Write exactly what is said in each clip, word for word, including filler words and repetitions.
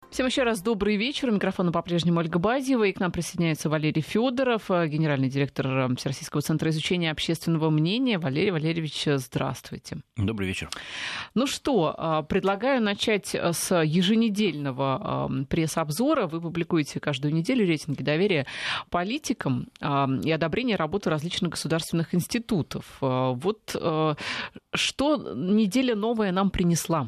Всем еще раз добрый вечер. У микрофона по-прежнему Ольга Бадьева. И к нам присоединяется Валерий Федоров, генеральный директор Всероссийского центра изучения общественного мнения. Валерий Валерьевич, здравствуйте. Добрый вечер. Ну что, предлагаю начать с еженедельного пресс-обзора. Вы публикуете каждую неделю рейтинги доверия политикам и одобрение работы различных государственных институтов. Вот что неделя новая нам принесла?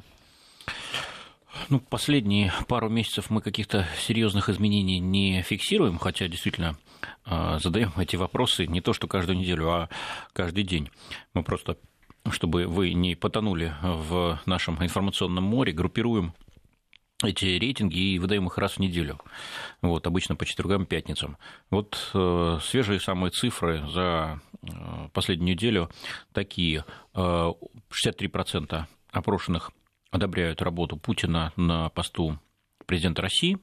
Ну, последние пару месяцев мы каких-то серьезных изменений не фиксируем, хотя действительно задаем эти вопросы не то что каждую неделю, а каждый день. Мы просто, чтобы вы не потонули в нашем информационном море, группируем эти рейтинги и выдаем их раз в неделю. Вот, обычно по четвергам и пятницам. Вот э, свежие самые цифры за э, последнюю неделю такие. Э, шестьдесят три процента опрошенных одобряют работу Путина на посту президента России.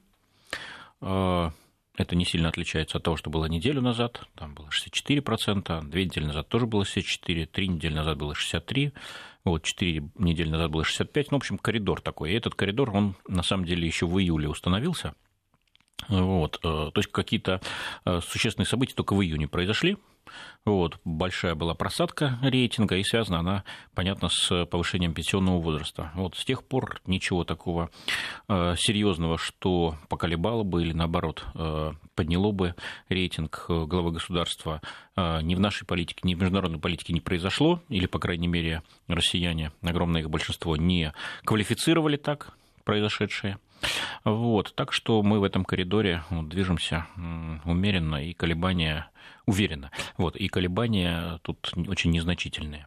Это не сильно отличается от того, что было неделю назад. Там было шестьдесят четыре процента, две недели назад тоже было шестьдесят четыре процента, три недели назад было шестьдесят три процента, вот, четыре недели назад было шестьдесят пять процентов. Ну, в общем, коридор такой. И этот коридор, он на самом деле еще в июле установился. Вот, то есть какие-то существенные события только в июне произошли. Вот, большая была просадка рейтинга, и связана она, понятно, с повышением пенсионного возраста. Вот с тех пор ничего такого серьезного, что поколебало бы или, наоборот, подняло бы рейтинг главы государства, ни в нашей политике, ни в международной политике не произошло, или, по крайней мере, россияне, огромное их большинство, не квалифицировали так произошедшее. Вот, так что мы в этом коридоре движемся умеренно и колебания уверенно. Вот, и колебания тут очень незначительные.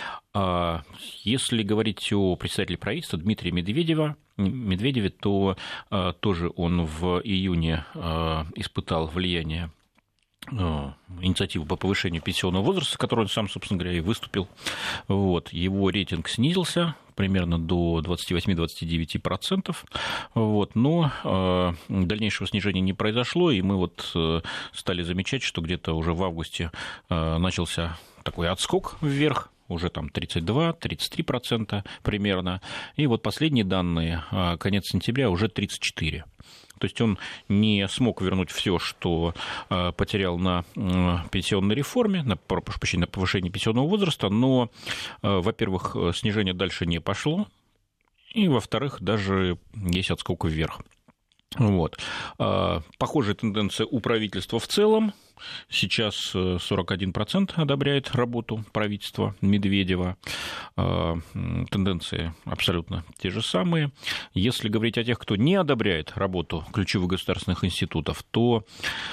Если говорить о председателе правительства Дмитрии Медведева, Медведеве, то тоже он в июне испытал влияние инициативу по повышению пенсионного возраста, с которой он сам, собственно говоря, и выступил. Вот. Его рейтинг снизился примерно до двадцать восемь - двадцать девять процентов. Вот. Но э, дальнейшего снижения не произошло, и мы вот э, стали замечать, что где-то уже в августе э, начался такой отскок вверх, уже там тридцать два - тридцать три процента примерно. И вот последние данные, э, конец сентября, уже тридцать четыре процента. То есть он не смог вернуть все, что э, потерял на э, пенсионной реформе, на, прошу прощения, на повышении пенсионного возраста, но, э, во-первых, снижение дальше не пошло, и, во-вторых, даже есть отскок вверх. Вот. Похожая тенденция у правительства в целом. Сейчас сорок один процент одобряет работу правительства Медведева. Тенденции абсолютно те же самые. Если говорить о тех, кто не одобряет работу ключевых государственных институтов, то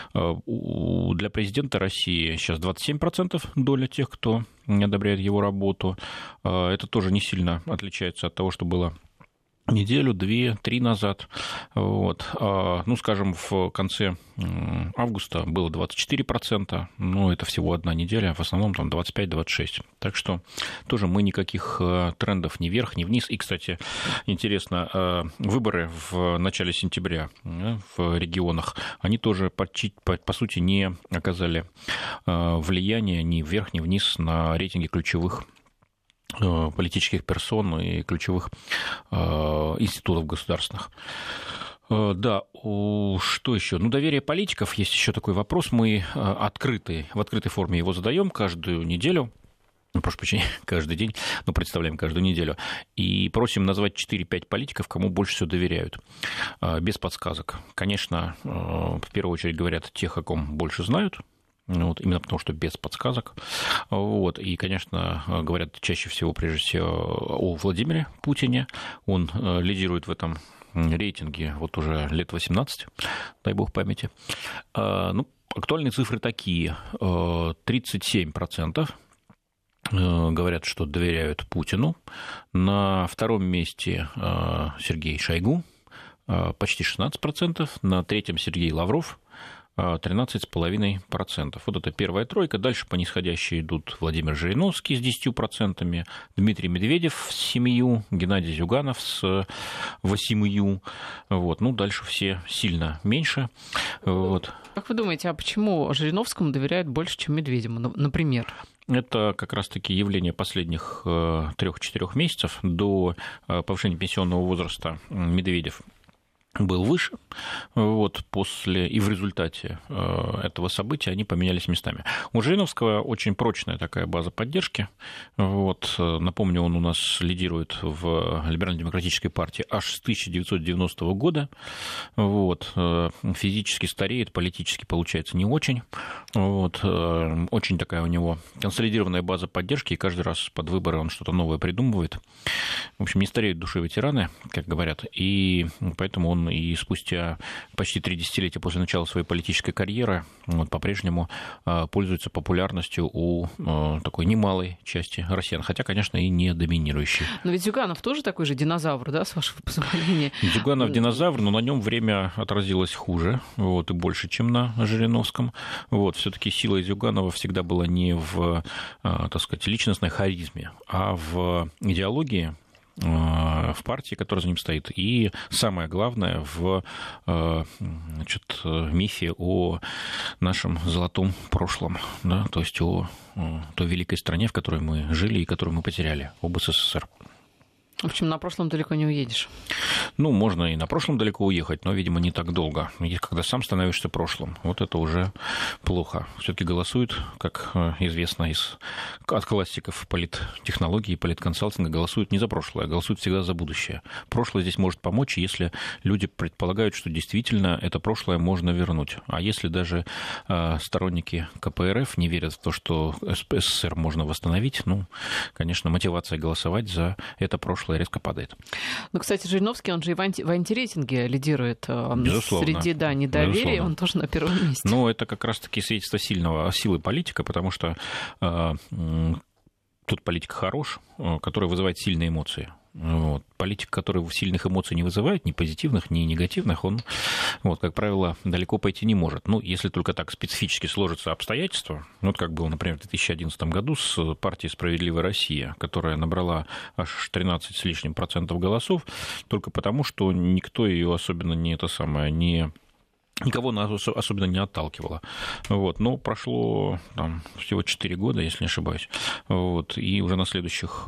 для президента России сейчас двадцать семь процентов доля тех, кто не одобряет его работу. Это тоже не сильно отличается от того, что было неделю, две, три назад. Вот. Ну, скажем, в конце августа было двадцать четыре процента, но это всего одна неделя, в основном там двадцать пять - двадцать шесть процентов. Так что тоже мы никаких трендов ни вверх, ни вниз. И, кстати, интересно, выборы в начале сентября в регионах, они тоже, по, по, по сути, не оказали влияния ни вверх, ни вниз на рейтинги ключевых политических персон и ключевых институтов государственных. Да, что еще? Ну, доверие политиков, есть еще такой вопрос. Мы открытый, в открытой форме его задаем каждую неделю. Ну, прошу прощения, каждый день, но представляем каждую неделю. И просим назвать четыре-пять политиков, кому больше всего доверяют, без подсказок. Конечно, в первую очередь говорят тех, о ком больше знают. Вот, именно потому, что без подсказок. Вот, и, конечно, говорят чаще всего, прежде всего, о Владимире Путине. Он лидирует в этом рейтинге вот уже лет восемнадцать, дай бог памяти. Ну, актуальные цифры такие. тридцать семь процентов говорят, что доверяют Путину. На втором месте Сергей Шойгу, почти шестнадцать процентов. На третьем Сергей Лавров, тринадцать целых пять десятых процента. Вот это первая тройка. Дальше по нисходящей идут Владимир Жириновский с десятью процентами, Дмитрий Медведев с семью, Геннадий Зюганов с восемью. Вот. Ну, дальше все сильно меньше. Вот. Как вы думаете, а почему Жириновскому доверяют больше, чем Медведеву, например? Это как раз-таки явление последних трех-четырех месяцев. До повышения пенсионного возраста Медведев был выше, вот, после, и в результате э, этого события они поменялись местами. У Жириновского очень прочная такая база поддержки. Вот, напомню, он у нас лидирует в Либерально-демократической партии аж с тысяча девятьсот девяностого года. Вот, э, физически стареет, политически получается не очень. Вот, э, очень такая у него консолидированная база поддержки, и каждый раз под выборы он что-то новое придумывает. В общем, не стареют душой ветераны, как говорят, и поэтому он и спустя почти три десятилетия после начала своей политической карьеры вот, по-прежнему э, пользуется популярностью у э, такой немалой части россиян, хотя, конечно, и не доминирующей. Но ведь Зюганов тоже такой же динозавр, да, с вашего позволения? Зюганов динозавр, но на нем время отразилось хуже, вот, и больше, чем на Жириновском. Вот, все-таки сила Зюганова всегда была не в, э, так сказать, личностной харизме, а в идеологии, в партии, которая за ним стоит, и самое главное в, значит, мифе о нашем золотом прошлом, да, то есть о той великой стране, в которой мы жили и которую мы потеряли, об СССР. В общем, на прошлом далеко не уедешь. Ну, можно и на прошлом далеко уехать, но, видимо, не так долго. И когда сам становишься прошлым, вот это уже плохо. Все-таки голосуют, как известно из, от классиков политтехнологии и политконсалтинга, голосуют не за прошлое, а голосуют всегда за будущее. Прошлое здесь может помочь, если люди предполагают, что действительно это прошлое можно вернуть. А если даже э, сторонники ка пэ эр эф не верят в то, что СССР можно восстановить, ну, конечно, мотивация голосовать за это прошлое резко падает. Ну, кстати, Жириновский, он же и в, анти, в антирейтинге лидирует. Безусловно. Среди, да, недоверия, Безусловно. Он тоже на первом месте. Ну, это как раз-таки свидетельство сильного, силы политика, потому что э, тут политик хорош, который вызывает сильные эмоции. Вот. Политик, который сильных эмоций не вызывает, ни позитивных, ни негативных, он, вот, как правило, далеко пойти не может. Ну, если только так специфически сложатся обстоятельства, вот как было, например, в две тысячи одиннадцатом году с партией «Справедливая Россия», которая набрала аж тринадцать с лишним процентов голосов, только потому, что никто ее особенно не это самое, не... Никого нас особенно не отталкивало. Вот. Но прошло там, всего четыре года, если не ошибаюсь. Вот. И уже на следующих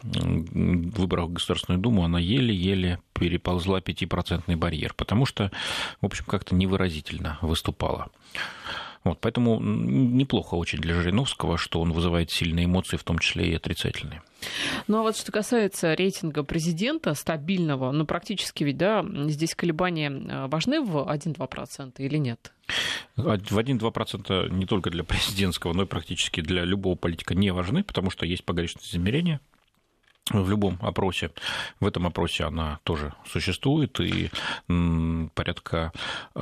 выборах в Государственную Думу она еле-еле переползла пятипроцентный барьер, потому что, в общем, как-то невыразительно выступала. Вот, поэтому неплохо очень для Жириновского, что он вызывает сильные эмоции, в том числе и отрицательные. Ну, а вот что касается рейтинга президента стабильного, ну, практически ведь, да, здесь колебания важны в один-два процента или нет? В один-два процента не только для президентского, но и практически для любого политика не важны, потому что есть погрешность измерения. В любом опросе, в этом опросе она тоже существует, и порядка,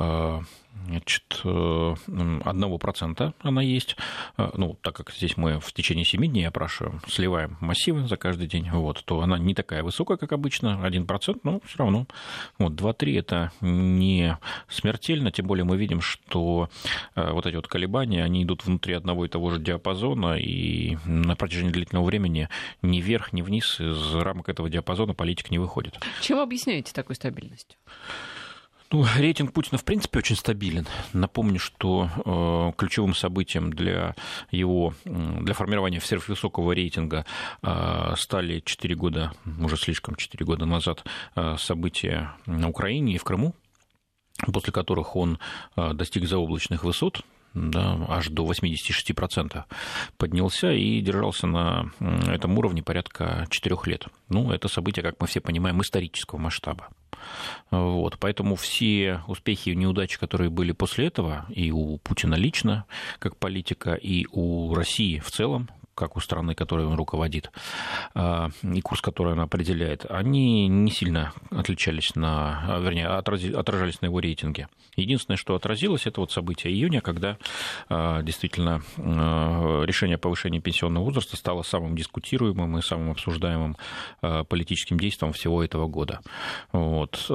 значит, одного процента она есть. Ну, так как здесь мы в течение семи дней опрашиваем, сливаем массивы за каждый день, вот, то она не такая высокая, как обычно, один процент, но все равно. Вот, два-три это не смертельно, тем более мы видим, что вот эти вот колебания, они идут внутри одного и того же диапазона, и на протяжении длительного времени ни вверх, ни вниз из рамок этого диапазона политик не выходит. Чем объясняете такую стабильность? Ну, рейтинг Путина, в принципе, очень стабилен. Напомню, что э, ключевым событием для его, для формирования сверхвысокого рейтинга э, стали четыре года, уже слишком четыре года назад, э, события на Украине и в Крыму, после которых он э, достиг заоблачных высот, да, аж до восемьдесят шесть процентов поднялся и держался на этом уровне порядка четырех лет. Ну, это событие, как мы все понимаем, исторического масштаба. Вот, поэтому все успехи и неудачи, которые были после этого, и у Путина лично, как политика, и у России в целом, как у страны, которой он руководит, и курс, который он определяет, они не сильно отличались, на, вернее, отражались на его рейтинге. Единственное, что отразилось, это вот событие июня, когда действительно решение о повышении пенсионного возраста стало самым дискутируемым и самым обсуждаемым политическим действием всего этого года. Вот.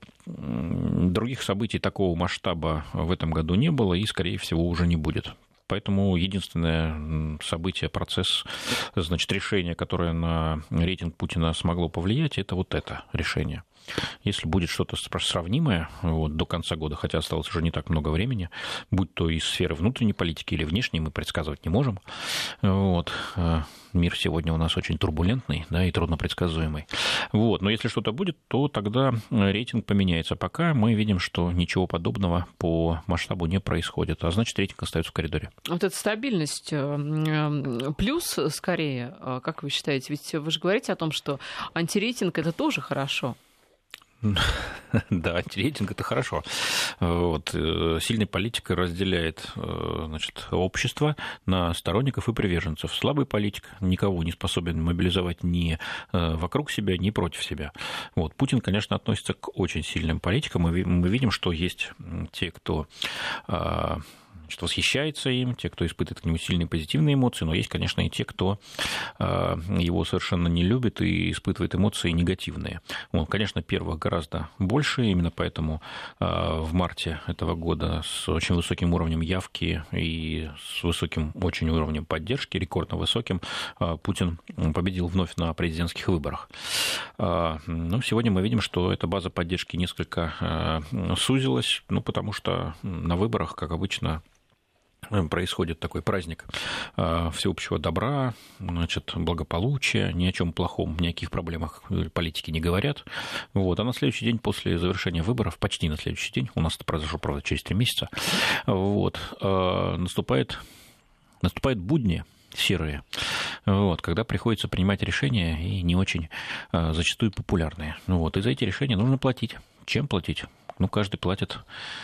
Других событий такого масштаба в этом году не было и, скорее всего, уже не будет. Поэтому единственное событие, процесс, значит, решение, которое на рейтинг Путина смогло повлиять, это вот это решение. Если будет что-то сравнимое вот, до конца года, хотя осталось уже не так много времени, будь то из сферы внутренней политики или внешней, мы предсказывать не можем. Вот. Мир сегодня у нас очень турбулентный, да, и труднопредсказуемый. Вот. Но если что-то будет, то тогда рейтинг поменяется. Пока мы видим, что ничего подобного по масштабу не происходит, а значит, рейтинг остается в коридоре. Вот эта стабильность плюс, скорее, как вы считаете? Ведь вы же говорите о том, что антирейтинг – это тоже хорошо. Да, антирейтинг – это хорошо. Вот. Сильная политика разделяет, значит, общество на сторонников и приверженцев. Слабый политик никого не способен мобилизовать ни вокруг себя, ни против себя. Вот. Путин, конечно, относится к очень сильным политикам. Мы видим, что есть те, кто... что восхищается им, те, кто испытывает к нему сильные позитивные эмоции, но есть, конечно, и те, кто его совершенно не любит и испытывает эмоции негативные. Вот, конечно, первых гораздо больше, именно поэтому в марте этого года с очень высоким уровнем явки и с высоким очень уровнем поддержки, рекордно высоким, Путин победил вновь на президентских выборах. Но сегодня мы видим, что эта база поддержки несколько сузилась, ну, потому что на выборах, как обычно, происходит такой праздник всеобщего добра, значит, благополучия, ни о чем плохом, ни о каких проблемах политики не говорят. Вот. А на следующий день после завершения выборов, почти на следующий день, у нас это произошло, правда, через три месяца, вот, наступает, наступают будни серые, вот, когда приходится принимать решения и не очень зачастую популярные. Вот. И за эти решения нужно платить. Чем платить? Ну, каждый платит,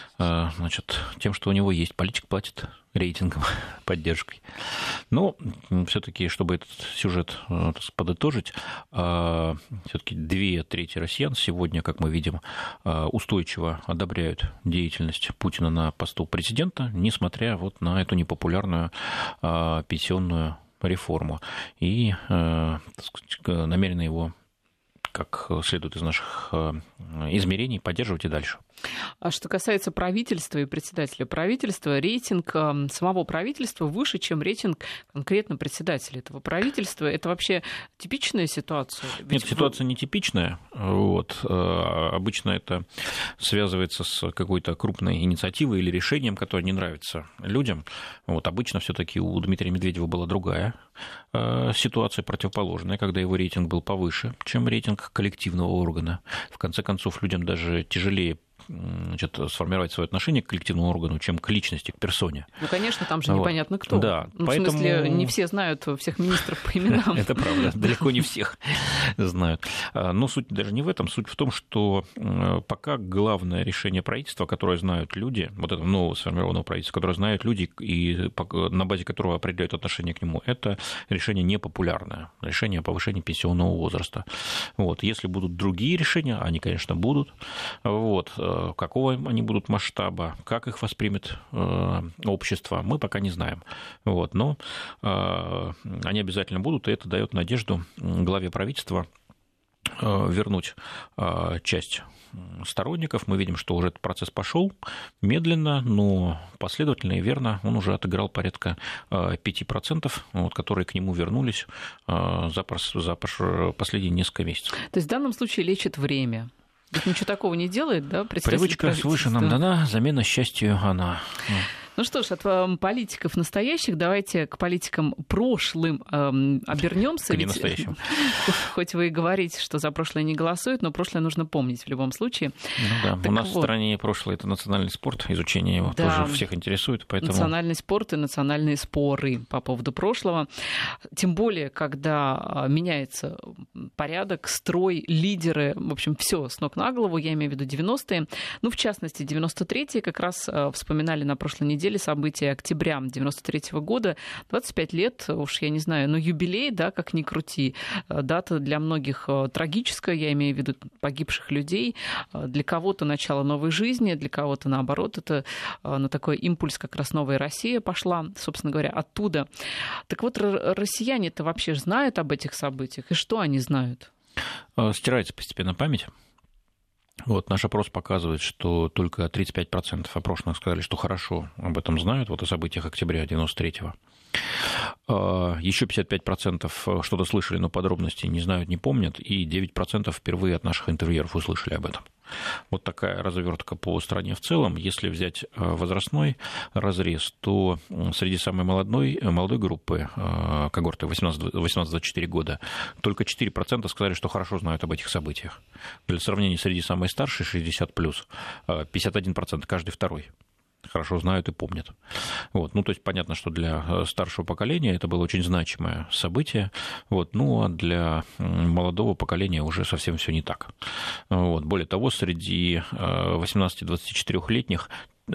значит, тем, что у него есть. Политик платит рейтингом, поддержкой. Но все-таки, чтобы этот сюжет подытожить, все-таки две трети россиян сегодня, как мы видим, устойчиво одобряют деятельность Путина на посту президента, несмотря вот на эту непопулярную пенсионную реформу. И, так сказать, намерены его, как следует из наших измерений, поддерживать и дальше. А что касается правительства и председателя правительства, рейтинг самого правительства выше, чем рейтинг конкретно председателя этого правительства. Это вообще типичная ситуация? Ведь Нет, ситуация не типичная. Вот. Обычно это связывается с какой-то крупной инициативой или решением, которое не нравится людям. Вот. Обычно все-таки у Дмитрия Медведева была другая ситуация, противоположная, когда его рейтинг был повыше, чем рейтинг коллективного органа. В конце концов, людям даже тяжелее, значит, сформировать свое отношение к коллективному органу, чем к личности, к персоне. Ну, конечно, там же непонятно вот. Кто. Да, ну, поэтому... В смысле, не все знают всех министров по именам. Это правда, далеко не всех знают. Но суть даже не в этом. Суть в том, что пока главное решение правительства, которое знают люди, вот этого нового сформированного правительства, которое знают люди и на базе которого определяют отношение к нему, это решение непопулярное, решение о повышении пенсионного возраста. Вот. Если будут другие решения, они, конечно, будут, вот, какого они будут масштаба, как их воспримет общество, мы пока не знаем. Вот. Но они обязательно будут, и это дает надежду главе правительства вернуть часть сторонников. Мы видим, что уже этот процесс пошел медленно, но последовательно и верно. Он уже отыграл порядка пять процентов, вот, которые к нему вернулись за, за последние несколько месяцев. То есть в данном случае лечит время? Ведь ничего такого не делает, да? Привычка свыше нам дана, замена счастью она. Ну что ж, от политиков настоящих давайте к политикам прошлым эм, обернемся. К ненастоящим. Хоть вы и говорите, что за прошлое не голосуют, но прошлое нужно помнить в любом случае. Ну да, так у нас вот. В стране прошлое – это национальный спорт, изучение его да. тоже всех интересует. Поэтому... Национальный спорт и национальные споры по поводу прошлого. Тем более, когда меняется порядок, строй, лидеры, в общем, все с ног на голову, я имею в виду девяностые. Ну, в частности, девяносто третьи как раз вспоминали на прошлой неделе события октября девяносто третьего года, двадцать пять лет, уж я не знаю, но юбилей, да, как ни крути, дата для многих трагическая, я имею в виду погибших людей, для кого-то начало новой жизни, для кого-то, наоборот, это на такой импульс как раз новая Россия пошла, собственно говоря, оттуда. Так вот, россияне-то вообще знают об этих событиях, и что они знают? Стирается постепенно память. Вот, наш опрос показывает, что только тридцать пять процентов опрошенных сказали, что хорошо об этом знают, вот о событиях октября девяносто третьего. Еще пятьдесят пять процентов что-то слышали, но подробностей не знают, не помнят, и девять процентов впервые от наших интервьюеров услышали об этом. Вот такая развертка по стране в целом. Если взять возрастной разрез, то среди самой молодой, молодой группы, когорты восемнадцать-двадцать четыре года, только четыре процента сказали, что хорошо знают об этих событиях. Для сравнения, среди самой старшей, шестьдесят плюс, пятьдесят один процент, каждый второй хорошо знают и помнят. Вот. Ну, то есть понятно, что для старшего поколения это было очень значимое событие, вот. Ну, а для молодого поколения уже совсем все не так. Вот. Более того, среди восемнадцати-двадцати четырёхлетних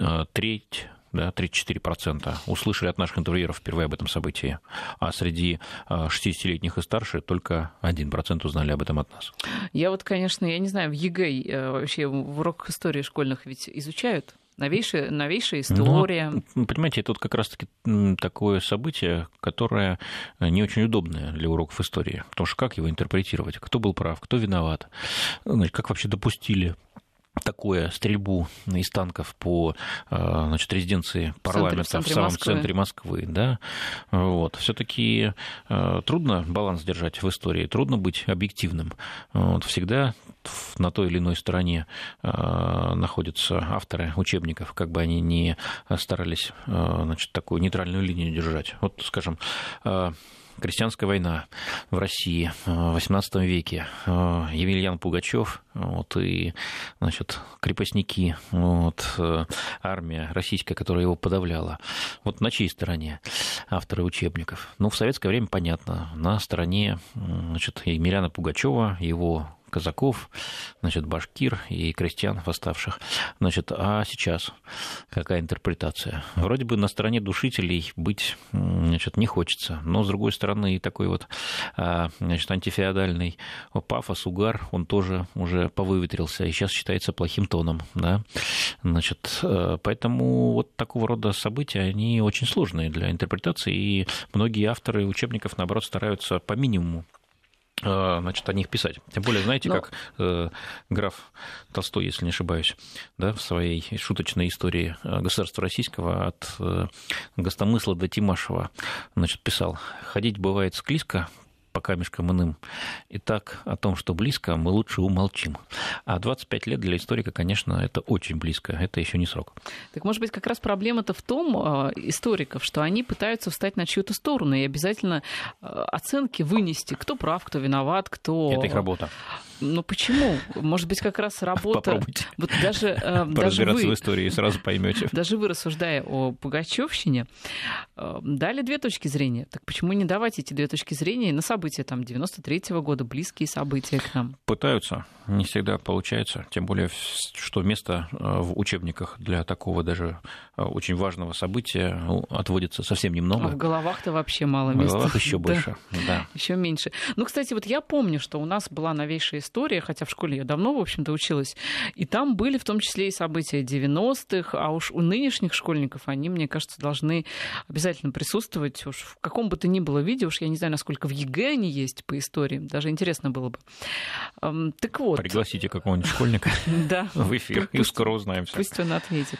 треть, да, тридцать четыре процента услышали от наших интервьюеров впервые об этом событии, а среди шестидесятилетних и старше только один процент узнали об этом от нас. Я вот, конечно, я не знаю, в ЕГЭ вообще в уроках истории школьных ведь изучают? Новейшая, новейшая история. Ну, понимаете, это вот как раз-таки такое событие, которое не очень удобное для уроков истории. Потому что как его интерпретировать? Кто был прав, кто виноват? Значит, как вообще допустили такое стрельбу из танков по, значит, резиденции парламента в, центре, в, в самом Москвы. центре Москвы, да, вот. Все-таки трудно баланс держать в истории, трудно быть объективным. Вот. Всегда на той или иной стороне находятся авторы учебников, как бы они ни старались, значит, такую нейтральную линию держать. Вот, скажем, крестьянская война в России в восемнадцатом веке, Емельян Пугачев, вот, и, значит, крепостники, вот, армия российская, которая его подавляла. Вот на чьей стороне авторы учебников? Ну, в советское время, понятно, на стороне, значит, Емельяна Пугачева, его казаков, значит, башкир и крестьян восставших. Значит, а сейчас какая интерпретация? Вроде бы на стороне душителей быть, значит, не хочется, но, с другой стороны, и такой вот, значит, антифеодальный пафос, угар, он тоже уже повыветрился и сейчас считается плохим тоном, да, значит, поэтому вот такого рода события, они очень сложные для интерпретации, и многие авторы учебников, наоборот, стараются по минимуму, значит, о них писать. Тем более, знаете, Но... как э, граф Толстой, если не ошибаюсь, да, в своей шуточной истории государства российского от э, Гостомысла до Тимашева, значит, писал: «Ходить бывает склизко по камешкам иным, и так о том, что близко, мы лучше умолчим». А двадцать пять лет для историка, конечно, это очень близко, это еще не срок. Так, может быть, как раз проблема-то в том, историков, что они пытаются встать на чью-то сторону и обязательно оценки вынести, кто прав, кто виноват, кто... Это их работа. Ну почему? Может быть, как раз работа... Попробуйте. Вот даже, даже вы... в истории, сразу поймете. Даже вы, рассуждая о Пугачевщине, дали две точки зрения. Так почему не давать эти две точки зрения на события там девяносто третьего года, близкие события к нам? Пытаются, не всегда получается. Тем более, что место в учебниках для такого даже очень важного события отводится совсем немного. А в головах-то вообще мало места. В головах еще больше, да. Еще меньше. Ну, кстати, вот я помню, что у нас была новейшая история, хотя в школе я давно, в общем-то, училась, и там были в том числе и события девяностых, а уж у нынешних школьников они, мне кажется, должны обязательно присутствовать уж в каком бы то ни было виде, уж я не знаю, насколько в ЕГЭ они есть по истории, даже интересно было бы. Так вот. Пригласите какого-нибудь школьника в эфир, и скоро узнаем все. Пусть он ответит.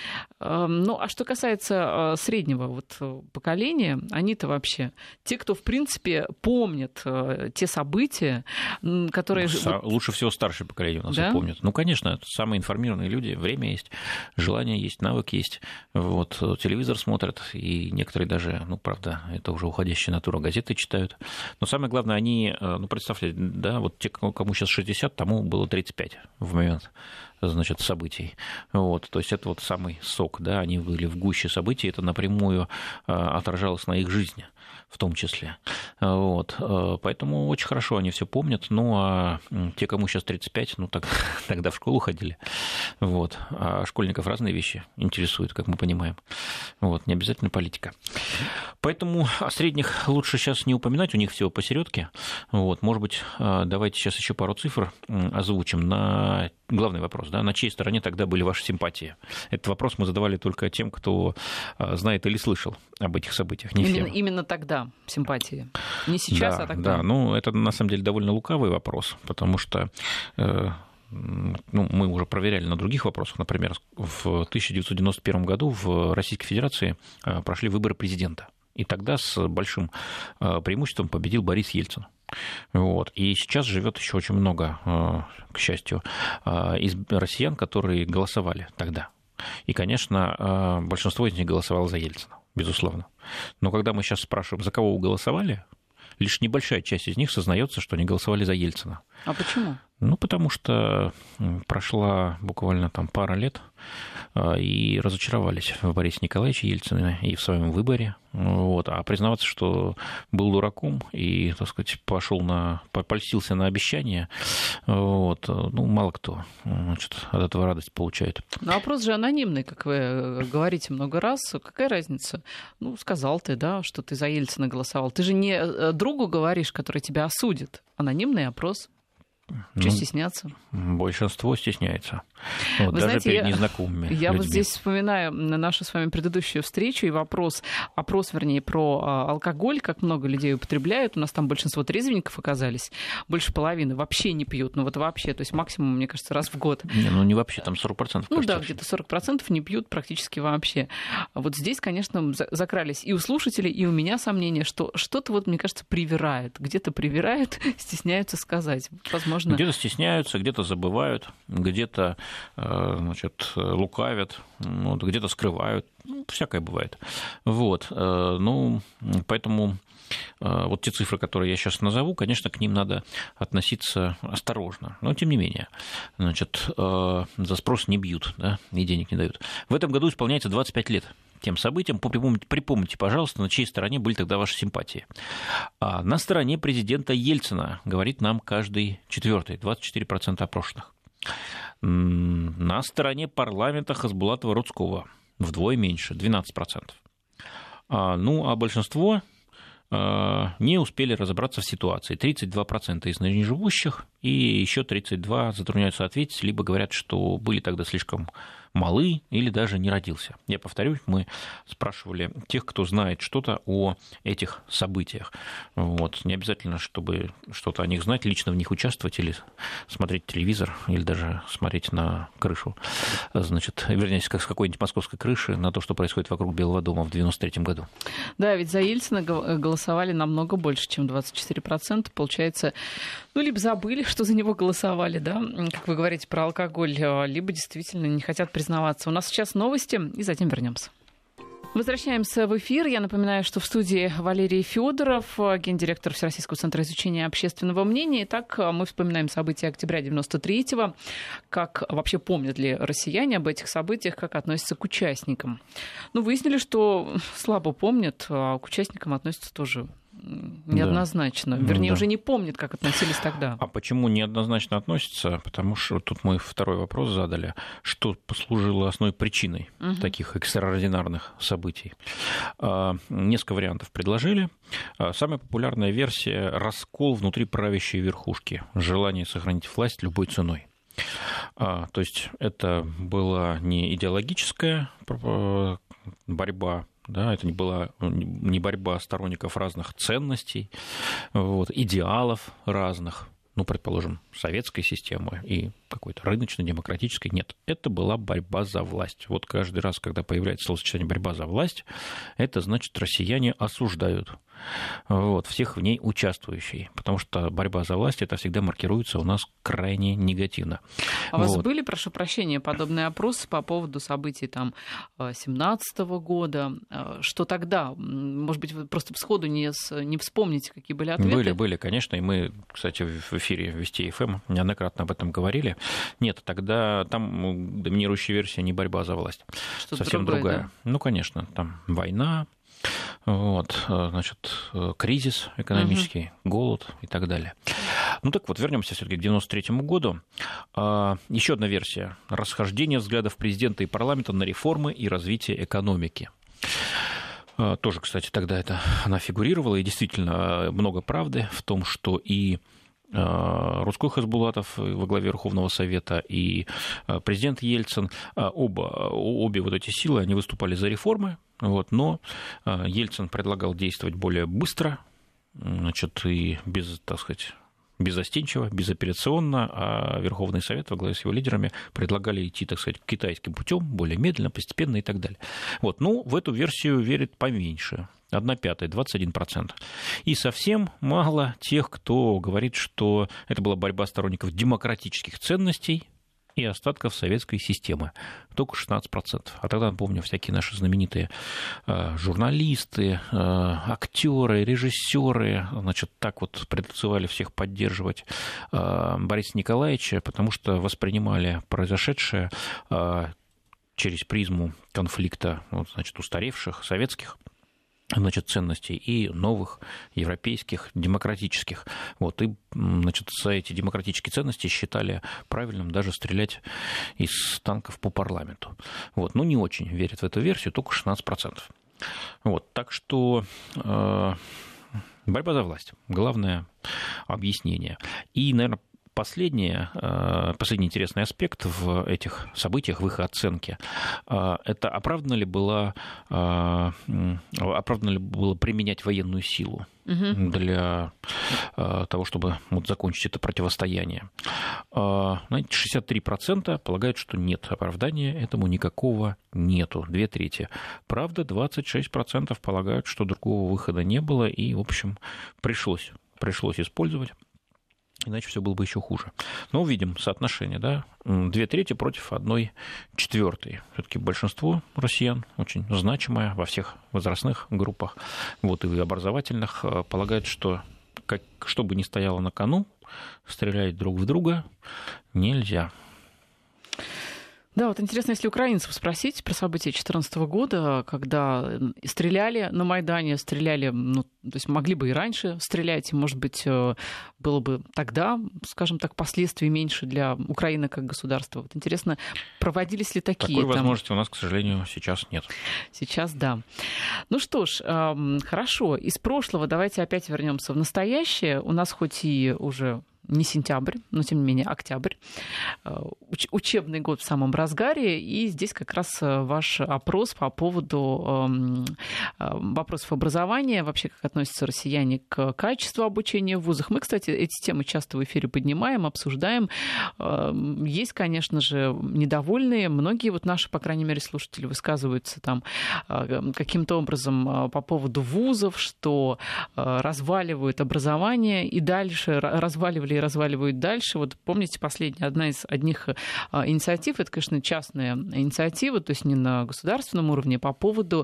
Ну, а что касается среднего вот поколения, они-то вообще те, кто, в принципе, помнят те события, которые... Са- лучше всего старшее поколение у нас, да? Помнят. Ну, конечно, самые информированные люди, время есть, желание есть, навык есть, вот, телевизор смотрят, и некоторые даже, ну, правда, это уже уходящая натура, газеты читают. Но самое главное, они, ну, представьте, да, вот те, кому сейчас шестьдесят, тому было тридцать пять в момент, значит, событий. Вот, то есть это вот самый сок, да, они были в гуще событий, это напрямую отражалось на их жизни в том числе. Вот, поэтому очень хорошо они все помнят. Ну, а те, кому сейчас тридцать пять, ну, так, тогда в школу ходили. Вот. А школьников разные вещи интересуют, как мы понимаем. Вот, не обязательно политика. Поэтому о средних лучше сейчас не упоминать, у них всего посередке. Вот, может быть, давайте сейчас еще пару цифр озвучим на главный вопрос, да, на чьей стороне тогда были ваши симпатии? Этот вопрос мы задавали только тем, кто знает или слышал об этих событиях, не именно, всем. Именно тогда симпатии, не сейчас, да, а тогда. Да, ну это на самом деле довольно лукавый вопрос, потому что... Э, ну, мы уже проверяли на других вопросах. Например, в тысяча девятьсот девяносто первом году в Российской Федерации прошли выборы президента. И тогда с большим преимуществом победил Борис Ельцин. Вот. И сейчас живет еще очень много, к счастью, из россиян, которые голосовали тогда. И, конечно, большинство из них голосовало за Ельцина, безусловно. Но когда мы сейчас спрашиваем, за кого вы голосовали, лишь небольшая часть из них сознается, что они голосовали за Ельцина. А почему? Ну, потому что прошла буквально там пара лет, и разочаровались в Борисе Николаевиче Ельцине и в своем выборе. Вот. А признаваться, что был дураком и, так сказать, пошел на, польстился на обещания, вот, ну, мало кто, значит, от этого радость получает. Но вопрос же анонимный, как вы говорите много раз. Какая разница? Ну, сказал ты, да, что ты за Ельцина голосовал. Ты же не другу говоришь, который тебя осудит. Анонимный опрос. Что ну, стесняться? Большинство стесняется. Вот, даже знаете, перед я, незнакомыми я людьми. Вот здесь вспоминаю нашу с вами предыдущую встречу и вопрос, опрос, вернее, про алкоголь, как много людей употребляют. У нас там большинство трезвенников оказались, больше половины вообще не пьют. Ну вот вообще, то есть максимум, мне кажется, раз в год. Не, ну не вообще, там сорок процентов. Ну кажется, да, вообще. где-то сорок процентов не пьют практически вообще. Вот здесь, конечно, закрались и у слушателей, и у меня сомнения, что что-то, вот, мне кажется, привирает. Где-то привирают, стесняются сказать. Возможно, где-то стесняются, где-то забывают, где-то, значит, лукавят, вот, где-то скрывают. Ну, всякое бывает. Вот. Ну, поэтому вот те цифры, которые я сейчас назову, конечно, к ним надо относиться осторожно. Но, тем не менее, значит, за спрос не бьют, да, и денег не дают. В этом году исполняется двадцать пять лет тем событиям. Припомните, припомните, пожалуйста, на чьей стороне были тогда ваши симпатии. А на стороне президента Ельцина, говорит нам каждый четвертый, двадцать четыре процента опрошенных. На стороне парламента Хасбулатова-Рудского вдвое меньше, двенадцать процентов. А, ну, а большинство не успели разобраться в ситуации. тридцать два процента из ныне-живущих и еще тридцать два процента затрудняются ответить, либо говорят, что были тогда слишком малы или даже не родился. Я повторюсь, мы спрашивали тех, кто знает что-то о этих событиях. Вот. Не обязательно, чтобы что-то о них знать, лично в них участвовать или смотреть телевизор, или даже смотреть на крышу, значит, вернее, как с какой-нибудь московской крыши, на то, что происходит вокруг Белого дома в девяносто третьем году. Да, ведь за Ельцина голосовали намного больше, чем двадцать четыре процента. Получается, ну, либо забыли, что за него голосовали, да, как вы говорите про алкоголь, либо действительно не хотят признаваться. У нас сейчас новости, и затем вернемся. Возвращаемся в эфир. Я напоминаю, что в студии Валерий Федоров, гендиректор Всероссийского центра изучения общественного мнения. Итак, мы вспоминаем события октября девяносто третьего. Как вообще помнят ли россияне об этих событиях, как относятся к участникам? Ну, выяснили, что слабо помнят, а к участникам относятся тоже неоднозначно. Да. Вернее, ну, да. уже не помнят, как относились тогда. А почему неоднозначно относятся? Потому что тут мы второй вопрос задали. Что послужило основной причиной угу. таких экстраординарных событий? Несколько вариантов предложили. Самая популярная версия – раскол внутри правящей верхушки. Желание сохранить власть любой ценой. То есть это была не идеологическая борьба, да, это не была не борьба сторонников разных ценностей, вот, идеалов разных, ну, предположим, советской системы и какой-то рыночно-демократической. Нет, это была борьба за власть. Вот каждый раз, когда появляется словосочетание «борьба за власть», это значит, россияне осуждают вот, всех в ней участвующих, потому что борьба за власть, это всегда маркируется у нас крайне негативно. А вот. У вас были, прошу прощения, подобные опросы по поводу событий там семнадцатого года? Что тогда? Может быть, вы просто сходу не, не вспомните, какие были ответы? Были, были, конечно, и мы, кстати, в эфире Вести эф эм неоднократно об этом говорили. Нет, тогда там доминирующая версия не борьба за власть, что-то совсем другое, другая. Да? Ну, конечно, там война, вот, значит, кризис экономический, угу. голод и так далее. Ну так вот, вернемся все-таки к девяносто третьему году. Еще одна версия: расхождение взглядов президента и парламента на реформы и развитие экономики. Тоже, кстати, тогда это она фигурировала, и действительно много правды в том, что и Рудской Хасбулатов во главе Верховного Совета и президент Ельцин, оба, обе вот эти силы, они выступали за реформы, вот, но Ельцин предлагал действовать более быстро, значит, и без, так сказать, беззастенчиво, безапелляционно, а Верховный Совет во главе с его лидерами предлагали идти, так сказать, китайским путем, более медленно, постепенно и так далее. Вот. Ну, в эту версию верит поменьше. Одна пятая, двадцать один процент. И совсем мало тех, кто говорит, что это была борьба сторонников демократических ценностей и остатков советской системы. Только шестнадцать процентов. А тогда, напомню, всякие наши знаменитые э, журналисты, э, актеры, режиссеры, значит, так вот призывали всех поддерживать э, Бориса Николаевича, потому что воспринимали произошедшее э, через призму конфликта, вот, значит, устаревших советских, значит, ценностей и новых европейских, демократических. Вот, и, значит, за эти демократические ценности считали правильным даже стрелять из танков по парламенту. Вот, ну, не очень верят в эту версию, только шестнадцать процентов. Вот, так что э, борьба за власть. Главное объяснение. И, наверное, Последнее, последний интересный аспект в этих событиях, в их оценке, это оправдано ли было, оправдано ли было применять военную силу угу. для того, чтобы вот закончить это противостояние. Знаете, шестьдесят три процента полагают, что нет оправдания, этому никакого нету, две трети. Правда, двадцать шесть процентов полагают, что другого выхода не было, и, в общем, пришлось, пришлось использовать. Иначе все было бы еще хуже. Но увидим соотношение, да, две трети против одной четвертой. Все-таки большинство россиян, очень значимое во всех возрастных группах, вот и в образовательных, полагают, что как, что бы ни стояло на кону, стрелять друг в друга нельзя. Да, вот интересно, если украинцев спросить про события две тысячи четырнадцатого года, когда стреляли на Майдане, стреляли, ну, то есть могли бы и раньше стрелять, и, может быть, было бы тогда, скажем так, последствий меньше для Украины как государства. Вот интересно, проводились ли такие? Такой там... возможности у нас, к сожалению, сейчас нет. Сейчас, да. Ну что ж, хорошо, из прошлого давайте опять вернемся в настоящее. У нас хоть и уже... не сентябрь, но тем не менее октябрь, Уч- учебный год в самом разгаре, и здесь как раз ваш опрос по поводу э, вопросов образования, вообще как относятся россияне к качеству обучения в вузах. Мы, кстати, эти темы часто в эфире поднимаем, обсуждаем. Э, есть, конечно же, недовольные, многие вот наши, по крайней мере, слушатели высказываются там э, каким-то образом по поводу вузов, что э, разваливают образование и дальше разваливали и разваливают дальше. Вот помните, последняя, одна из одних инициатив, это, конечно, частная инициатива, то есть не на государственном уровне, по поводу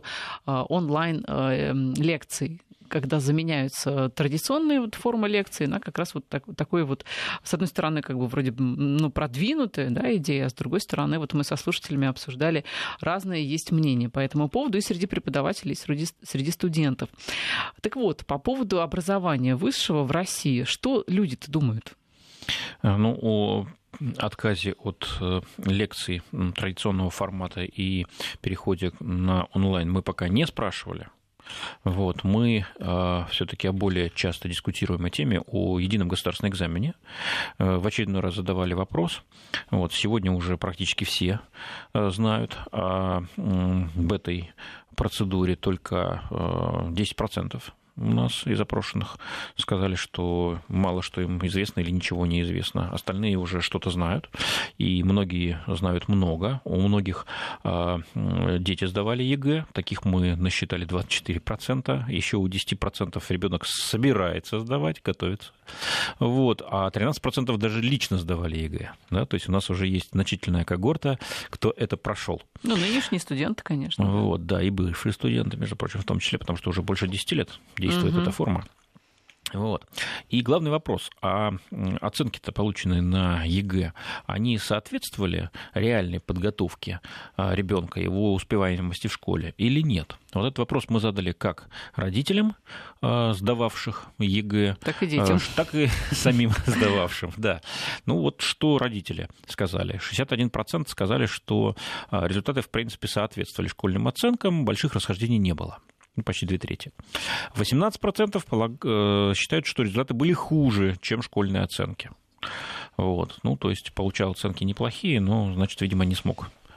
онлайн-лекций, когда заменяются традиционные вот формы лекций на как раз вот так, такой вот, с одной стороны, как бы вроде ну, продвинутая, да, идея, а с другой стороны, вот мы со слушателями обсуждали, разные есть мнения по этому поводу и среди преподавателей, и среди, среди студентов. Так вот, по поводу образования высшего в России, что люди-то думают? Ну, о отказе от лекций традиционного формата и переходе на онлайн мы пока не спрашивали. Вот, мы э, все-таки о более часто дискутируемой теме, о едином государственном экзамене, э, в очередной раз задавали вопрос. Вот, сегодня уже практически все э, знают о э, об этой процедуре, только э, десять процентов у нас из опрошенных сказали, что мало что им известно или ничего не известно. Остальные уже что-то знают, и многие знают много. У многих э, дети сдавали ЕГЭ, таких мы насчитали двадцать четыре процента. Еще у десять процентов ребенок собирается сдавать, готовится. Вот. А тринадцать процентов даже лично сдавали ЕГЭ. Да? То есть у нас уже есть значительная когорта, кто это прошел. Ну, нынешние студенты, конечно. Вот, да, и бывшие студенты, между прочим, в том числе, потому что уже больше десяти лет действует угу. эта форма. Вот. И главный вопрос, а оценки-то, полученные на ЕГЭ, они соответствовали реальной подготовке ребенка, его успеваемости в школе или нет? Вот этот вопрос мы задали как родителям, сдававших ЕГЭ, так и детям, так и самим сдававшим. Да. Ну вот что родители сказали. шестьдесят один процент сказали, что результаты, в принципе, соответствовали школьным оценкам, больших расхождений не было. Почти две трети. восемнадцать процентов считают, что результаты были хуже, чем школьные оценки. Вот. Ну, то есть получал оценки неплохие, но, значит, видимо, не смог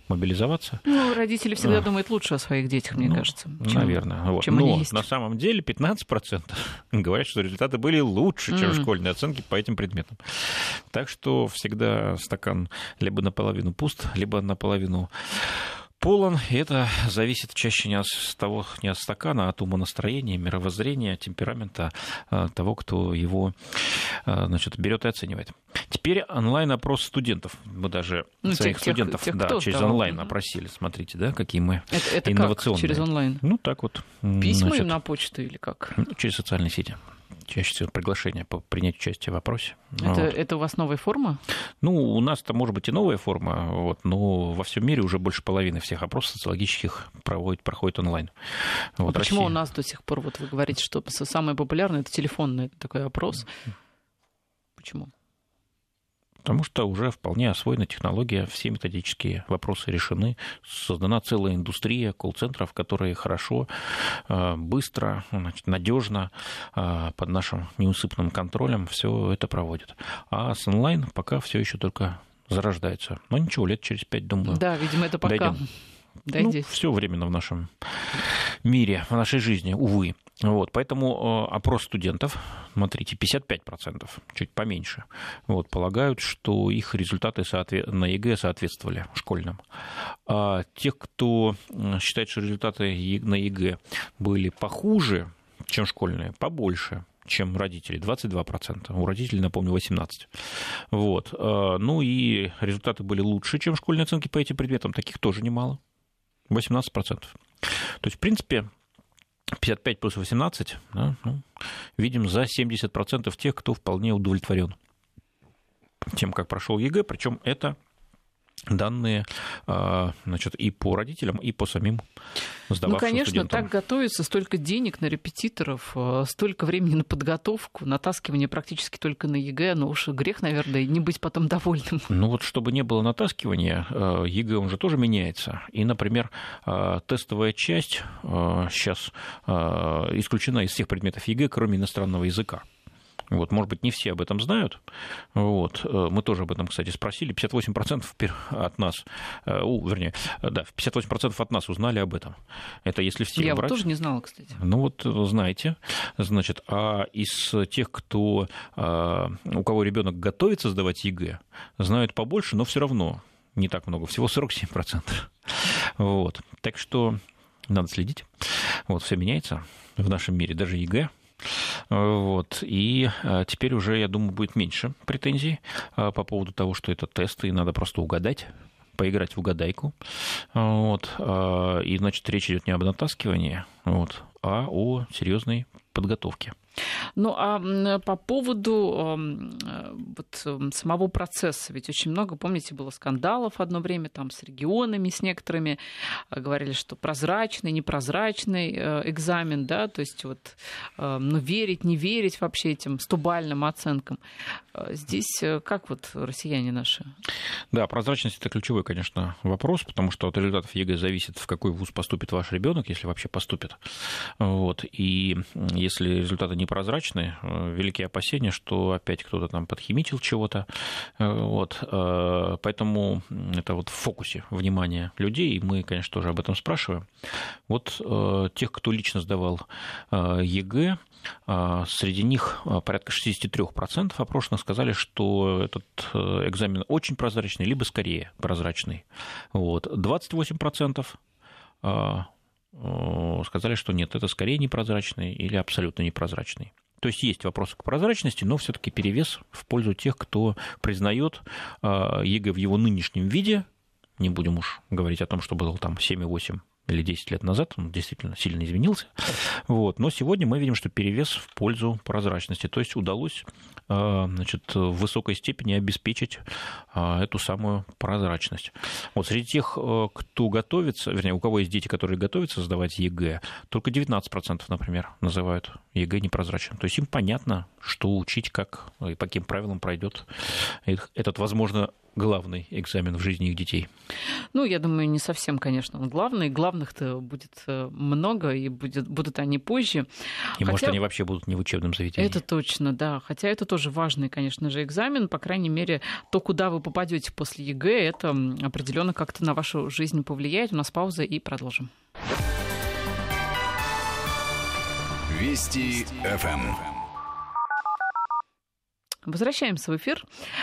мобилизоваться. Ну, родители всегда а. думают лучше о своих детях, мне ну, кажется. Чем, наверное. Вот. чем Но они есть. На самом деле пятнадцать процентов говорят, что результаты были лучше, чем mm. школьные оценки по этим предметам. Так что всегда стакан либо наполовину пуст, либо наполовину полон, и это зависит чаще не от того, не от стакана, а от умонастроения, мировоззрения, темперамента того, кто его, значит, берет и оценивает. Теперь онлайн-опрос студентов. Мы даже ну, своих тех, студентов тех, да, через сдавал. онлайн опросили. Смотрите, да, какие мы это, это инновационные. Как? Через онлайн? Ну, так вот. Письма значит, им на почту или как? Через социальные сети. Чаще всего приглашение по принять участие в опросе. Это, вот. это у вас новая форма? Ну, у нас-то может быть и новая форма, вот, но во всем мире уже больше половины всех опросов социологических проводит, проходит онлайн. Вот, а почему Россия... у нас до сих пор, вот вы говорите, что самое популярное это телефонный такой опрос? Почему? Потому что уже вполне освоена технология, все методические вопросы решены, создана целая индустрия колл-центров, которые хорошо, быстро, надежно, под нашим неусыпным контролем все это проводят. А с онлайн пока все еще только зарождается. Но ничего, лет через пять, думаю, да, видимо, это пока дойдем. Ну, все временно в нашем мире, в нашей жизни, увы. Вот, поэтому э, опрос студентов, смотрите, пятьдесят пять процентов, чуть поменьше, вот, полагают, что их результаты соответ... на ЕГЭ соответствовали школьным. А тех, кто считает, что результаты на ЕГЭ были похуже, чем школьные, побольше, чем родители, двадцать два процента. У родителей, напомню, восемнадцать процентов. Вот. Ну и результаты были лучше, чем школьные оценки по этим предметам, таких тоже немало, восемнадцать процентов. То есть, в принципе, пятьдесят пять плюс восемнадцать, да, ну, видим за семьдесят процентов тех, кто вполне удовлетворен тем, как прошел ЕГЭ, причем это данные, значит, и по родителям, и по самим сдававшим Ну, конечно, студентам. так готовится, столько денег на репетиторов, столько времени на подготовку, натаскивание практически только на ЕГЭ, но уж грех, наверное, не быть потом довольным. Ну вот, чтобы не было натаскивания, ЕГЭ, он же тоже меняется. И, например, тестовая часть сейчас исключена из всех предметов ЕГЭ, кроме иностранного языка. Вот, может быть, не все об этом знают. Вот. Мы тоже об этом, кстати, спросили. пятьдесят восемь процентов от нас, у, вернее, да, пятьдесят восемь процентов от нас узнали об этом. Это если все Я брать. вот тоже не знала, кстати. Ну вот, знаете, значит, а из тех, кто, у кого ребенок готовится сдавать ЕГЭ, знают побольше, но все равно не так много, всего сорок семь процентов. Вот. Так что надо следить. Вот, все меняется в нашем мире, даже ЕГЭ. Вот. И теперь уже, я думаю, будет меньше претензий по поводу того, что это тесты, и надо просто угадать, поиграть в угадайку. Вот. И, значит, речь идет не об натаскивании, вот, а о серьезной подготовке. Ну, а по поводу вот, самого процесса, ведь очень много, помните, было скандалов одно время там с регионами, с некоторыми, говорили, что прозрачный, непрозрачный экзамен, да, то есть вот, ну, верить, не верить вообще этим стобальным оценкам. Здесь как вот россияне наши? Да, прозрачность — это ключевой, конечно, вопрос, потому что от результатов ЕГЭ зависит, в какой вуз поступит ваш ребенок, если вообще поступит. Вот. И если результаты непрозрачны, великие опасения, что опять кто-то там подхимичил чего-то. Вот. Поэтому это вот в фокусе внимания людей, и мы, конечно, тоже об этом спрашиваем. Вот тех, кто лично сдавал ЕГЭ, среди них порядка шестьдесят три процента опрошенных сказали, что этот экзамен очень прозрачный, либо скорее прозрачный. Вот. двадцать восемь процентов сказали, что нет, это скорее непрозрачный или абсолютно непрозрачный. То есть есть вопросы к прозрачности, но все-таки перевес в пользу тех, кто признает ЕГЭ в его нынешнем виде. Не будем уж говорить о том, что было там семь-восемь или десять лет назад, он действительно сильно изменился. Вот. Но сегодня мы видим, что перевес в пользу прозрачности. То есть удалось, значит, в высокой степени обеспечить эту самую прозрачность. Вот среди тех, кто готовится, вернее, у кого есть дети, которые готовятся сдавать ЕГЭ, только девятнадцать процентов, например, называют ЕГЭ непрозрачным. То есть им понятно, что учить, как и по каким правилам пройдет этот, возможно, главный экзамен в жизни их детей. Ну, я думаю, не совсем, конечно, он главный. Главное явных-то будет много, и будет, будут они позже. И, Хотя... может, они вообще будут не в учебном заведении. Это точно, да. Хотя это тоже важный, конечно же, экзамен. По крайней мере, то, куда вы попадете после ЕГЭ, это определенно как-то на вашу жизнь повлияет. У нас пауза, и продолжим. Вести эф эм. Возвращаемся в эфир.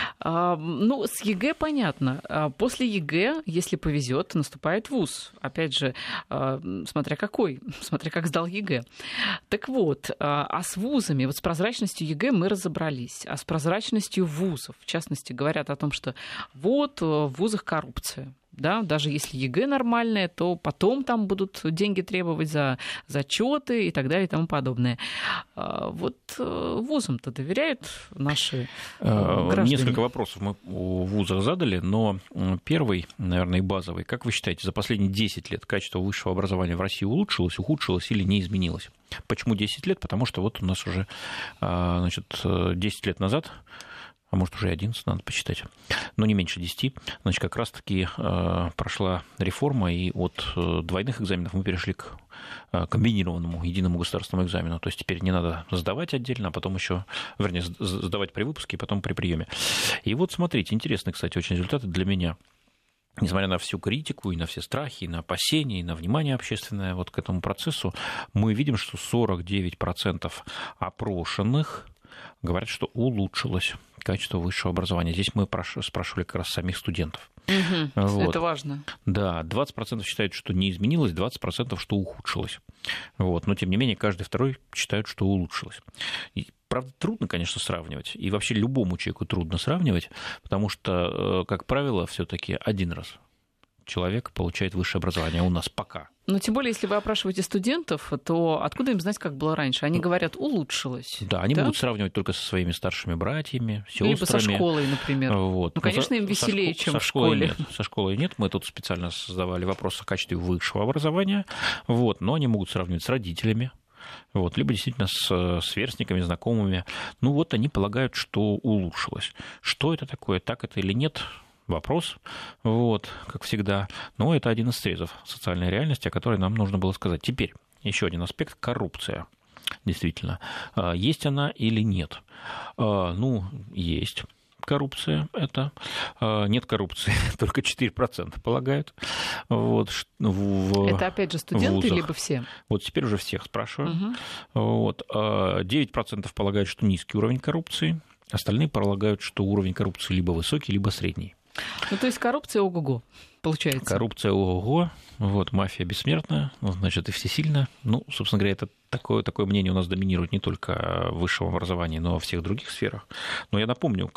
Ну, с ЕГЭ понятно. После ЕГЭ, если повезет, наступает вуз. Опять же, смотря какой, смотря как сдал ЕГЭ. Так вот, а с вузами, вот с прозрачностью ЕГЭ мы разобрались, а с прозрачностью вузов, в частности, говорят о том, что вот в вузах коррупция. Да, даже если ЕГЭ нормальное, то потом там будут деньги требовать за зачеты и так далее и тому подобное. Вот вузам-то доверяют наши граждане? Несколько вопросов мы у вузов задали, но первый, наверное, и базовый. Как вы считаете, за последние десять лет качество высшего образования в России улучшилось, ухудшилось или не изменилось? Почему десять лет? Потому что вот у нас уже, значит, десять лет назад, а может, уже одиннадцать, надо посчитать, но не меньше десяти, значит, как раз-таки э, прошла реформа, и от э, двойных экзаменов мы перешли к э, комбинированному единому государственному экзамену. То есть теперь не надо сдавать отдельно, а потом еще, вернее, сдавать при выпуске, и потом при приеме. И вот смотрите, интересные, кстати, очень результаты для меня. Несмотря на всю критику, и на все страхи, и на опасения, и на внимание общественное вот к этому процессу, мы видим, что сорок девять процентов опрошенных говорят, что улучшилось качество высшего образования. Здесь мы спрашивали как раз самих студентов. Угу, вот. Это важно. Да, двадцать процентов считают, что не изменилось, двадцать процентов, что ухудшилось. Вот. Но, тем не менее, каждый второй считает, что улучшилось. И, правда, трудно, конечно, сравнивать. И вообще любому человеку трудно сравнивать, потому что, как правило, все-таки один раз человек получает высшее образование у нас пока. Но тем более, если вы опрашиваете студентов, то откуда им знать, как было раньше? Они говорят, улучшилось. Да, они да? будут сравнивать только со своими старшими братьями, сестрами. Либо со школой, например. Вот. Ну, конечно, им веселее, со, чем со в школе. Нет, со школой нет. Мы тут специально создавали вопрос о качестве высшего образования. Вот. Но они могут сравнивать с родителями. Вот, либо действительно с сверстниками, знакомыми. Ну вот они полагают, что улучшилось. Что это такое, так это или нет? Вопрос, вот, как всегда. Но это один из срезов социальной реальности, о которой нам нужно было сказать. Теперь еще один аспект – коррупция. Действительно, есть она или нет? Ну, есть коррупция это. Нет коррупции, только четыре процента полагают. Вот, в, это опять же студенты, либо все? Вот теперь уже всех спрашиваю. Угу. Вот, девять процентов полагают, что низкий уровень коррупции, остальные полагают, что уровень коррупции либо высокий, либо средний. Ну, то есть коррупция ого-го, получается. Коррупция ого-го, вот, мафия бессмертная, значит, и всесильна. Ну, собственно говоря, это такое, такое мнение у нас доминирует не только в высшем образовании, но и во всех других сферах. Но я напомню,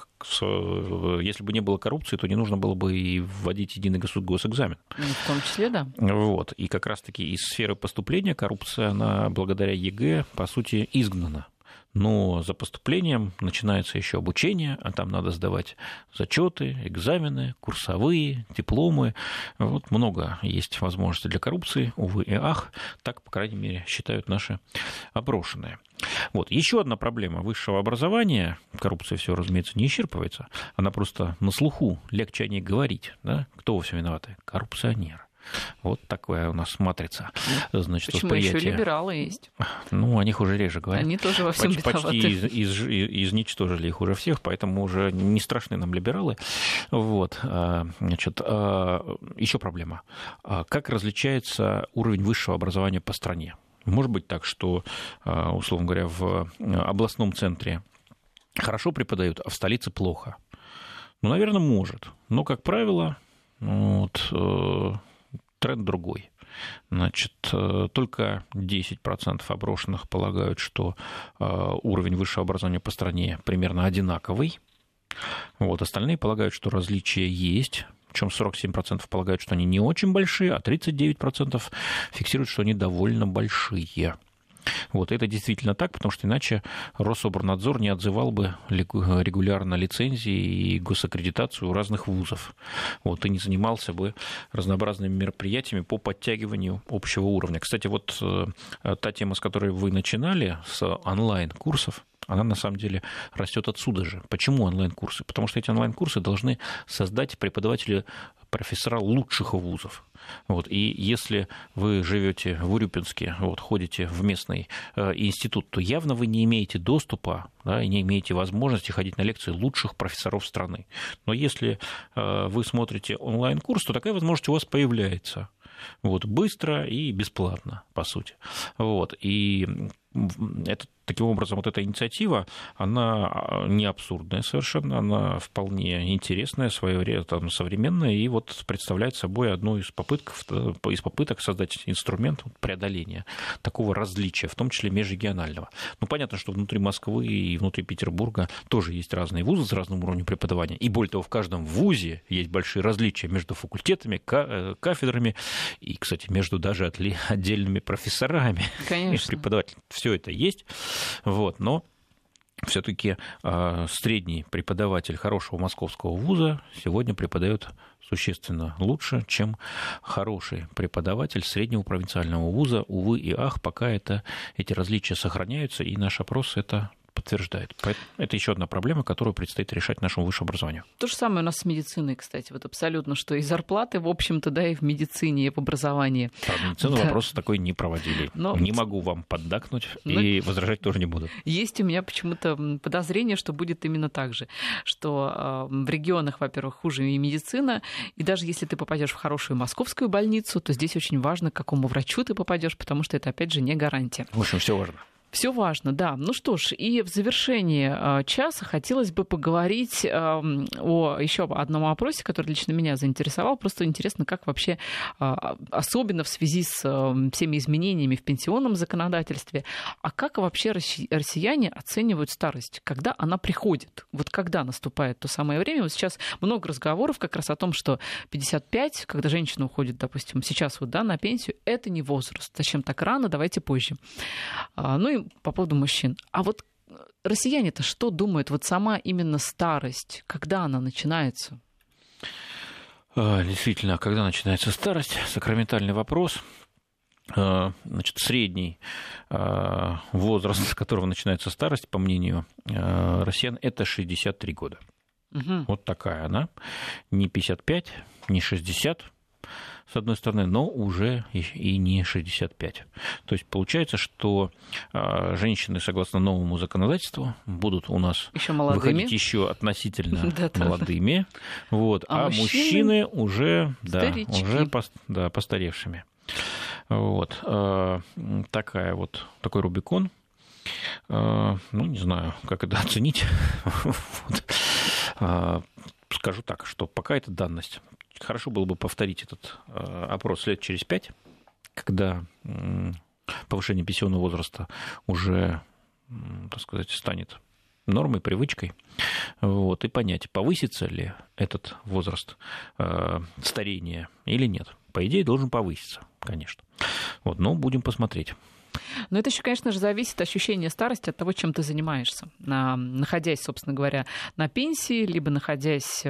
если бы не было коррупции, то не нужно было бы и вводить единый госэкзамен. В том числе, да. Вот, и как раз-таки из сферы поступления коррупция, она благодаря ЕГЭ, по сути, изгнана. Но за поступлением начинается еще обучение, а там надо сдавать зачеты, экзамены, курсовые, дипломы. Вот много есть возможностей для коррупции, увы и ах, так, по крайней мере, считают наши опрошенные. Вот. Еще одна проблема высшего образования, коррупция все, разумеется, не исчерпывается, она просто на слуху, легче о ней говорить. Да? Кто во всем виноваты? Коррупционеры. Вот такая у нас матрица. Значит, почему еще либералы есть? Ну, о них уже реже говорят. Они тоже во всем почти, виноваты. Почти из, из, изничтожили их уже всех, поэтому уже не страшны нам либералы. Вот. Значит, еще проблема. Как различается уровень высшего образования по стране? Может быть так, что, условно говоря, в областном центре хорошо преподают, а в столице плохо? Ну, наверное, может. Но, как правило, вот, тренд другой. Значит, только десять процентов опрошенных полагают, что уровень высшего образования по стране примерно одинаковый. Вот, остальные полагают, что различия есть. Причем сорок семь процентов полагают, что они не очень большие, а тридцать девять процентов фиксируют, что они довольно большие. Вот, это действительно так, потому что иначе Рособорнадзор не отзывал бы регулярно лицензии и госаккредитацию у разных вузов. Вот, и не занимался бы разнообразными мероприятиями по подтягиванию общего уровня. Кстати, вот та тема, с которой вы начинали, с онлайн-курсов, она на самом деле растет отсюда же. Почему онлайн-курсы? Потому что эти онлайн-курсы должны создать преподаватели профессора лучших вузов. Вот. И если вы живете в Урюпинске, вот, ходите в местный э, институт, то явно вы не имеете доступа, да, и не имеете возможности ходить на лекции лучших профессоров страны. Но если э, вы смотрите онлайн-курс, то такая возможность у вас появляется. Вот, быстро и бесплатно, по сути. Вот. И это, таким образом, вот эта инициатива, она не абсурдная совершенно, она вполне интересная, своевременная, там, современная, и вот представляет собой одну из попыток, из попыток создать инструмент преодоления такого различия, в том числе межрегионального. Ну, понятно, что внутри Москвы и внутри Петербурга тоже есть разные вузы с разным уровнем преподавания, и более того, в каждом вузе есть большие различия между факультетами, кафедрами и, кстати, между даже отдельными профессорами и преподавателями. Все это есть, вот, но все-таки э, средний преподаватель хорошего московского вуза сегодня преподает существенно лучше, чем хороший преподаватель среднего провинциального вуза. Увы и ах, пока это, эти различия сохраняются, и наш опрос это подтверждает. Это еще одна проблема, которую предстоит решать нашему высшему образованию. То же самое у нас с медициной, кстати, вот абсолютно, что и зарплаты, в общем-то, да, и в медицине, и в образовании. Про медицину да. вопрос такой не проводили. Но... Не могу вам поддакнуть, Но... и возражать тоже не буду. Есть у меня почему-то подозрение, что будет именно так же, что в регионах, во-первых, хуже и медицина, и даже если ты попадешь в хорошую московскую больницу, то здесь очень важно, к какому врачу ты попадешь, потому что это, опять же, не гарантия. В общем, все важно. Все важно, да. Ну что ж, и в завершении часа хотелось бы поговорить о еще одном вопросе, который лично меня заинтересовал. Просто интересно, как вообще, особенно в связи с всеми изменениями в пенсионном законодательстве, а как вообще россияне оценивают старость, когда она приходит? Вот когда наступает то самое время? Вот сейчас много разговоров как раз о том, что пятьдесят пять, когда женщина уходит, допустим, сейчас вот, да, на пенсию, это не возраст. Зачем так рано? Давайте позже. Ну и по поводу мужчин. А вот россияне-то что думают? Вот сама именно старость, когда она начинается? Действительно, когда начинается старость? Сакраментальный вопрос. Значит, средний возраст, с которого начинается старость, по мнению россиян, это шестьдесят три года. Угу. Вот такая она. Не пятьдесят пять, не шестьдесят. С одной стороны, но уже и не шестьдесят пять. То есть получается, что женщины, согласно новому законодательству, будут у нас еще выходить еще относительно молодыми, вот, а, а мужчины уже, да, уже да, постаревшими. Вот. Такая вот, такой Рубикон. Ну, не знаю, как это оценить. Вот. Скажу так, что пока это данность. Хорошо было бы повторить этот опрос лет через пять, когда повышение пенсионного возраста уже, так сказать, станет нормой, привычкой, вот, и понять, повысится ли этот возраст старения или нет. По идее, должен повыситься, конечно. Вот, но будем посмотреть. Но это еще, конечно же, зависит ощущение старости от того, чем ты занимаешься. Находясь, собственно говоря, на пенсии, либо находясь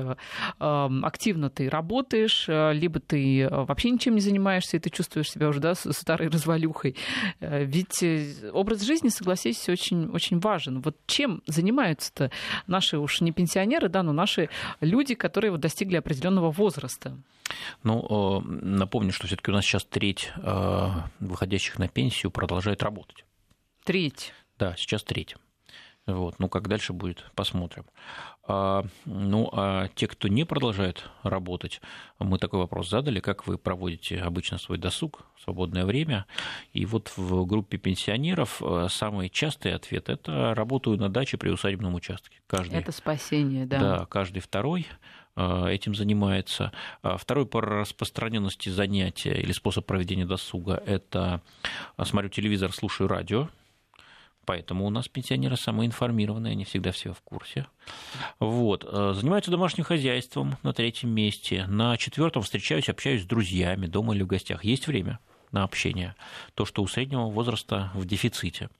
активно ты работаешь, либо ты вообще ничем не занимаешься, и ты чувствуешь себя уже, да, старой развалюхой. Ведь образ жизни, согласись, очень, очень важен. Вот чем занимаются-то наши уж не пенсионеры, да, но наши люди, которые вот достигли определенного возраста? Ну, напомню, что все-таки у нас сейчас треть выходящих на пенсию продолжает работать. Треть? Да, сейчас треть. Вот. Ну, как дальше будет, посмотрим. А, ну, а те, кто не продолжает работать, мы такой вопрос задали, как вы проводите обычно свой досуг, свободное время. И вот в группе пенсионеров самый частый ответ – это работаю на даче при усадебном участке. Каждый, это спасение, да. Да, каждый второй этим занимается. Второй по распространенности занятия или способ проведения досуга – это смотрю телевизор, слушаю радио. Поэтому у нас пенсионеры самые информированные, они всегда все в курсе. Вот. Занимаются домашним хозяйством на третьем месте. На четвертом встречаюсь, общаюсь с друзьями дома или в гостях. Есть время на общение. То, что у среднего возраста в дефиците.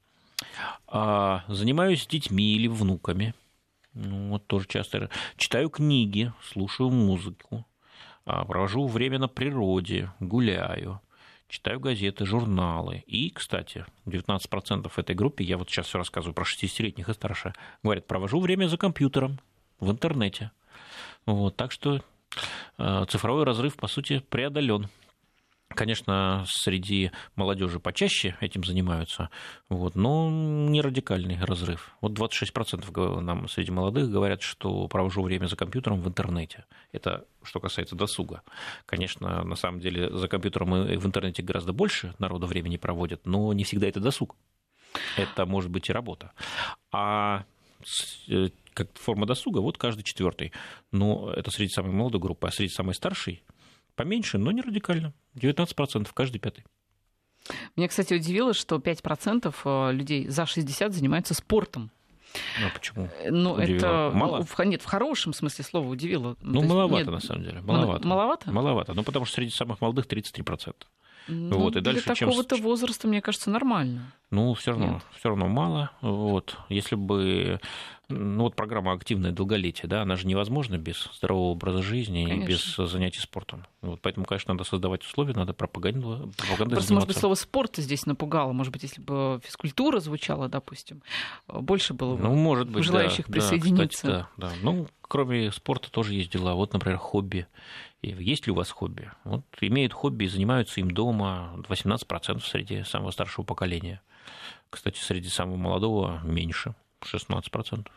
Занимаюсь с детьми или внуками. Ну, вот тоже часто читаю книги, слушаю музыку, провожу время на природе, гуляю, читаю газеты, журналы. И, кстати, девятнадцать процентов этой группы, я вот сейчас все рассказываю про шестидесятилетних и старше, говорят, провожу время за компьютером, в интернете. Вот, так что цифровой разрыв, по сути, преодолен. Конечно, среди молодежи почаще этим занимаются, вот, но не радикальный разрыв. Вот двадцать шесть процентов нам среди молодых говорят, что провожу время за компьютером в интернете. Это что касается досуга. Конечно, на самом деле за компьютером и в интернете гораздо больше народу времени проводят, но не всегда это досуг. Это может быть и работа. А как форма досуга, вот каждый четвертый. Но это среди самой молодой группы, а среди самой старшей поменьше, но не радикально. девятнадцать процентов, каждый пятый. Меня, кстати, удивило, что пять процентов людей за шестьдесят занимаются спортом. Ну, а почему? Ну, удивило? Это... Мало? В, нет, в хорошем смысле слова удивило. Ну, есть, маловато, нет... на самом деле. Маловато. Маловато? Маловато. Ну, потому что среди самых молодых тридцать три процента. Ну, вот, и для дальше, такого-то чем... возраста, мне кажется, нормально. Ну, все равно, все равно мало. Вот. Если бы... Ну, вот программа «Активное долголетие», да, она же невозможна без здорового образа жизни, конечно, и без занятий спортом. Вот, поэтому, конечно, надо создавать условия, надо пропагандой Просто, заниматься. может быть, слово «спорт» здесь напугало. Может быть, если бы физкультура звучала, допустим, больше было бы ну, может быть, желающих да, присоединиться. Да, кстати, да, да. Ну, кроме спорта тоже есть дела. Вот, например, хобби. Есть ли у вас хобби? Вот имеют хобби и занимаются им дома восемнадцать процентов среди самого старшего поколения. Кстати, среди самого молодого меньше, шестнадцать процентов.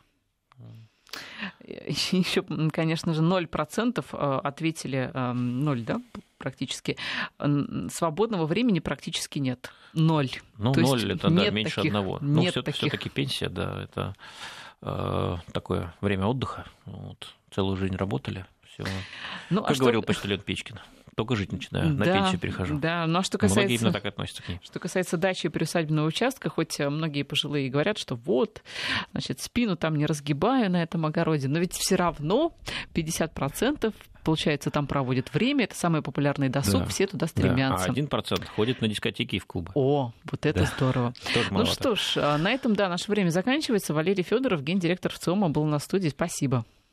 Еще, конечно же, ноль процентов ответили, ноль, да, практически. Свободного времени практически нет. Ноль. Ну, То ноль это да, меньше таких, одного. Ну, все-таки пенсия, да, это э, такое время отдыха. Вот, целую жизнь работали. Все. Ну, как а говорил что... почтальон Печкин. Только жить начинаю, да, на пенсию перехожу. Да, но что касается, многие именно так относятся к ней. Что касается дачи и приусадебного участка, хоть многие пожилые говорят, что вот, значит, спину там не разгибаю на этом огороде, но ведь все равно пятьдесят процентов, получается, там проводят время, это самый популярный досуг, да, все туда стремятся. Да, а один процент ходит на дискотеки и в клубы. О, вот это да. здорово. Тоже ну что ж, на этом, да, наше время заканчивается. Валерий Федоров, гендиректор ВЦИОМа, был на студии. Спасибо.